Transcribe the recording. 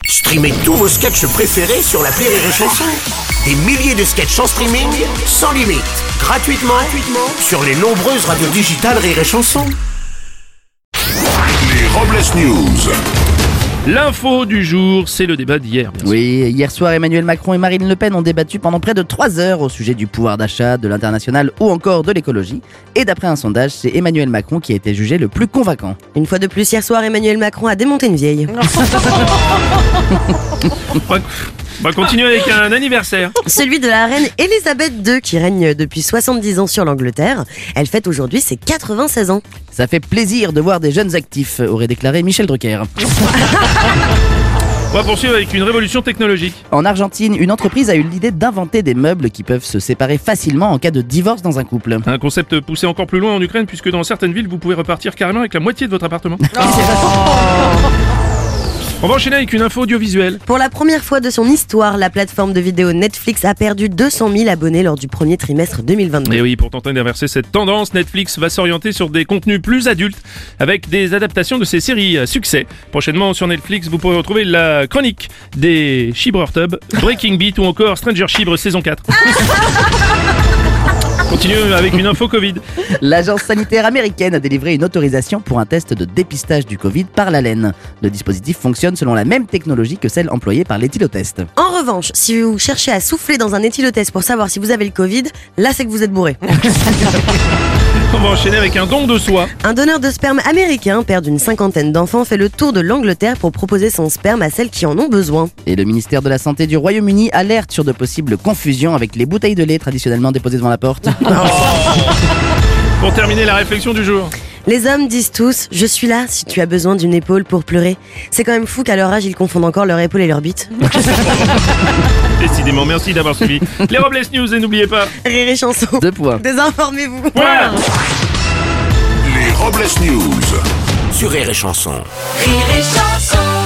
Streamez tous vos sketchs préférés sur l'appli Rire et Chanson. Des milliers de sketchs en streaming, sans limite, gratuitement sur les nombreuses radios digitales Rire et Chanson. Les Robles News. L'info du jour, c'est le débat d'hier. Oui, hier soir, Emmanuel Macron et Marine Le Pen ont débattu pendant près de 3 heures au sujet du pouvoir d'achat, de l'international ou encore de l'écologie. Et d'après un sondage, c'est Emmanuel Macron qui a été jugé le plus convaincant. Une fois de plus, hier soir, Emmanuel Macron a démonté une vieille. On va continuer avec un anniversaire. Celui de la reine Elisabeth II qui règne depuis 70 ans sur l'Angleterre. Elle fête aujourd'hui ses 96 ans. Ça fait plaisir de voir des jeunes actifs, aurait déclaré Michel Drucker. On va poursuivre avec une révolution technologique. En Argentine, une entreprise a eu l'idée d'inventer des meubles qui peuvent se séparer facilement en cas de divorce dans un couple. Un concept poussé encore plus loin en Ukraine, puisque dans certaines villes, vous pouvez repartir carrément avec la moitié de votre appartement. On va enchaîner avec une info audiovisuelle. Pour la première fois de son histoire, la plateforme de vidéo Netflix a perdu 200 000 abonnés lors du premier trimestre 2022. Et oui, pour tenter d'inverser cette tendance, Netflix va s'orienter sur des contenus plus adultes avec des adaptations de ses séries à succès. Prochainement sur Netflix, vous pourrez retrouver la chronique des Chibrtub, Breaking Beat ou encore Stranger Chibre saison 4. Continuons avec une info Covid. L'agence sanitaire américaine a délivré une autorisation pour un test de dépistage du Covid par l'haleine. Le dispositif fonctionne selon la même technologie que celle employée par l'éthylotest. En revanche, si vous cherchez à souffler dans un éthylotest pour savoir si vous avez le Covid, là c'est que vous êtes bourré. On va enchaîner avec un don de soi. Un donneur de sperme américain, père d'une 50aine d'enfants, fait le tour de l'Angleterre pour proposer son sperme à celles qui en ont besoin. Et le ministère de la Santé du Royaume-Uni alerte sur de possibles confusions avec les bouteilles de lait traditionnellement déposées devant la porte. Pour terminer la réflexion du jour. Les hommes disent tous « Je suis là si tu as besoin d'une épaule pour pleurer ». C'est quand même fou qu'à leur âge, ils confondent encore leur épaule et leur bite. Décidément, merci d'avoir suivi les Robles News et n'oubliez pas... Rire et Chanson. 2 points. Désinformez-vous. Ouais. Les Robles News. Sur Rire et Chanson. Rire et Chanson.